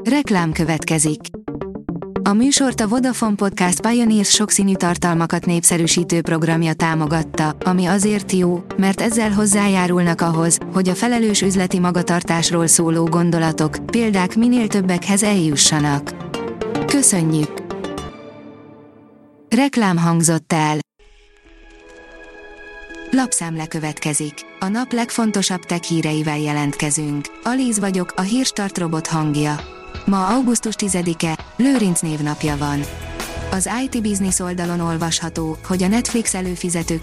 Reklám következik. A műsort a Vodafone Podcast Pioneers sokszínű tartalmakat népszerűsítő programja támogatta, ami azért jó, mert ezzel hozzájárulnak ahhoz, hogy a felelős üzleti magatartásról szóló gondolatok, példák minél többekhez eljussanak. Köszönjük! Reklám hangzott el. Lapszemle következik. A nap legfontosabb tech híreivel jelentkezünk. Alíz vagyok, a Hírstart robot hangja. Ma augusztus 10-e, Lőrinc névnapja van. Az IT Business oldalon olvasható, hogy a Netflix előfizetők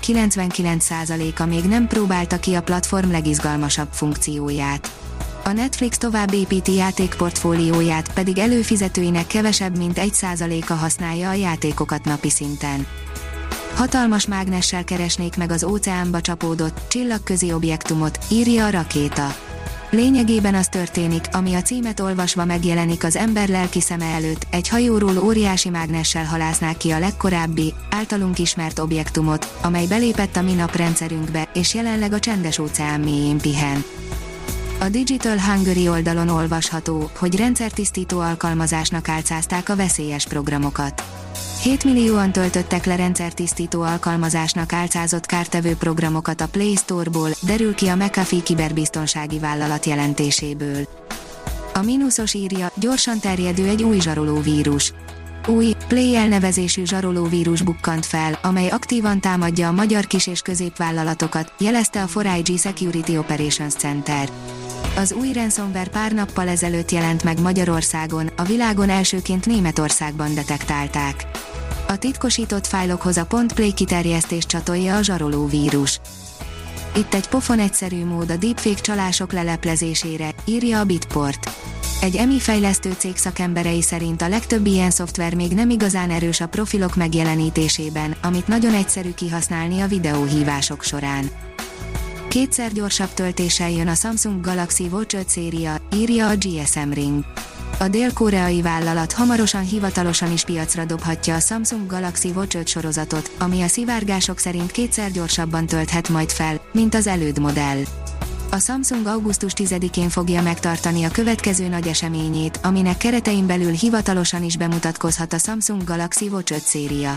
99%-a még nem próbálta ki a platform legizgalmasabb funkcióját. A Netflix tovább építi játékportfólióját, pedig előfizetőinek kevesebb mint 1%-a használja a játékokat napi szinten. Hatalmas mágnessel keresnék meg az óceánba csapódott, csillagközi objektumot, írja a Rakéta. Lényegében az történik, ami a címet olvasva megjelenik az ember lelki szeme előtt, egy hajóról óriási mágnessel halásznák ki a legkorábbi, általunk ismert objektumot, amely belépett a mi naprendszerünkbe, és jelenleg a csendes óceán mélyén pihen. A Digital Hungary oldalon olvasható, hogy rendszertisztító alkalmazásnak álcázták a veszélyes programokat. 7 millióan töltöttek le rendszertisztító alkalmazásnak álcázott kártevő programokat a Play Store-ból, derül ki a McAfee kiberbiztonsági vállalat jelentéséből. A Minusos írja, gyorsan terjedő egy új zsarolóvírus. Új, Play elnevezésű zsarolóvírus bukkant fel, amely aktívan támadja a magyar kis- és középvállalatokat, jelezte a 4IG Security Operations Center. Az új ransomware pár nappal ezelőtt jelent meg Magyarországon, a világon elsőként Németországban detektálták. A titkosított fájlokhoz a .play kiterjesztést csatolja a zsarolóvírus. Itt egy pofon egyszerű mód a deepfake csalások leleplezésére, írja a Bitport. Egy EMI fejlesztő cég szakemberei szerint a legtöbb ilyen szoftver még nem igazán erős a profilok megjelenítésében, amit nagyon egyszerű kihasználni a videóhívások során. Kétszer gyorsabb töltéssel jön a Samsung Galaxy Watch 5 széria, írja a GSM Ring. A dél-koreai vállalat hamarosan hivatalosan is piacra dobhatja a Samsung Galaxy Watch 5 sorozatot, ami a szivárgások szerint kétszer gyorsabban tölthet majd fel, mint az előd modell. A Samsung augusztus 10-én fogja megtartani a következő nagy eseményét, aminek keretein belül hivatalosan is bemutatkozhat a Samsung Galaxy Watch 5 széria.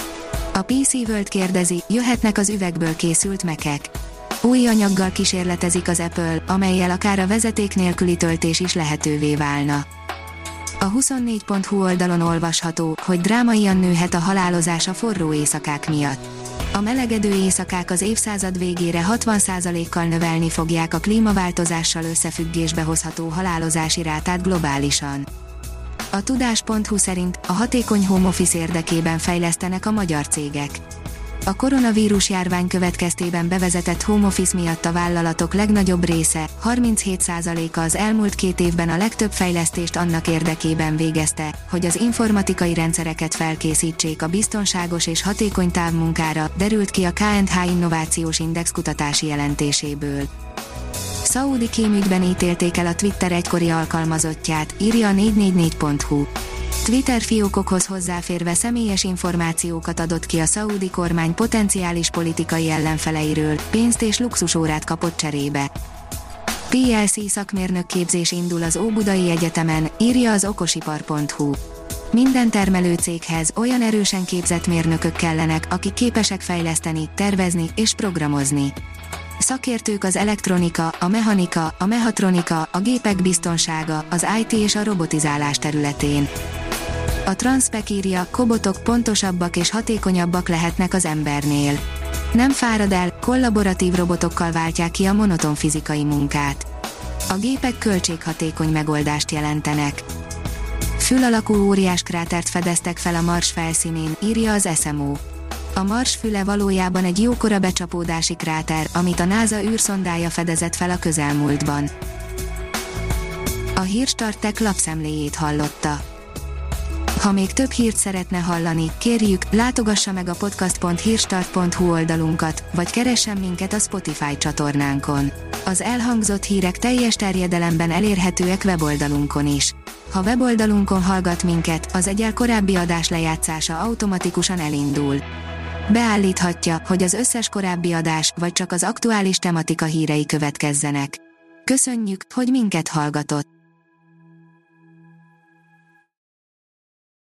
A PC World kérdezi, jöhetnek az üvegből készült Mac-ek. Új anyaggal kísérletezik az Apple, amellyel akár a vezeték nélküli töltés is lehetővé válna. A 24.hu oldalon olvasható, hogy drámaian nőhet a halálozás a forró éjszakák miatt. A melegedő éjszakák az évszázad végére 60%-kal növelni fogják a klímaváltozással összefüggésbe hozható halálozási rátát globálisan. A tudás.hu szerint a hatékony home office érdekében fejlesztenek a magyar cégek. A koronavírus járvány következtében bevezetett home office miatt a vállalatok legnagyobb része, 37%-a az elmúlt 2 évben a legtöbb fejlesztést annak érdekében végezte, hogy az informatikai rendszereket felkészítsék a biztonságos és hatékony távmunkára, derült ki a K&H Innovációs Index kutatási jelentéséből. Szaúdi kémügyben ítélték el a Twitter egykori alkalmazottját, írja a 444.hu. Twitter fiókokhoz hozzáférve személyes információkat adott ki a szaúdi kormány potenciális politikai ellenfeleiről, pénzt és luxusórát kapott cserébe. PLC szakmérnökképzés indul az Óbudai Egyetemen, írja az okosipar.hu. Minden termelő céghez olyan erősen képzett mérnökök kellenek, akik képesek fejleszteni, tervezni és programozni. Szakértők az elektronika, a mechanika, a mechatronika, a gépek biztonsága, az IT és a robotizálás területén. A Transpec írja, kobotok pontosabbak és hatékonyabbak lehetnek az embernél. Nem fárad el, kollaboratív robotokkal váltják ki a monoton fizikai munkát. A gépek költséghatékony megoldást jelentenek. Fül alakú óriáskrátert fedeztek fel a Mars felszínén, írja az SMO. A Mars füle valójában egy jókora becsapódási kráter, amit a NASA űrszondája fedezett fel a közelmúltban. A Hírstart Tech lapszemléjét hallotta. Ha még több hírt szeretne hallani, kérjük, látogassa meg a podcast.hírstart.hu oldalunkat, vagy keressen minket a Spotify csatornánkon. Az elhangzott hírek teljes terjedelemben elérhetőek weboldalunkon is. Ha weboldalunkon hallgat minket, az egyel korábbi adás lejátszása automatikusan elindul. Beállíthatja, hogy az összes korábbi adás, vagy csak az aktuális tematika hírei következzenek. Köszönjük, hogy minket hallgatott!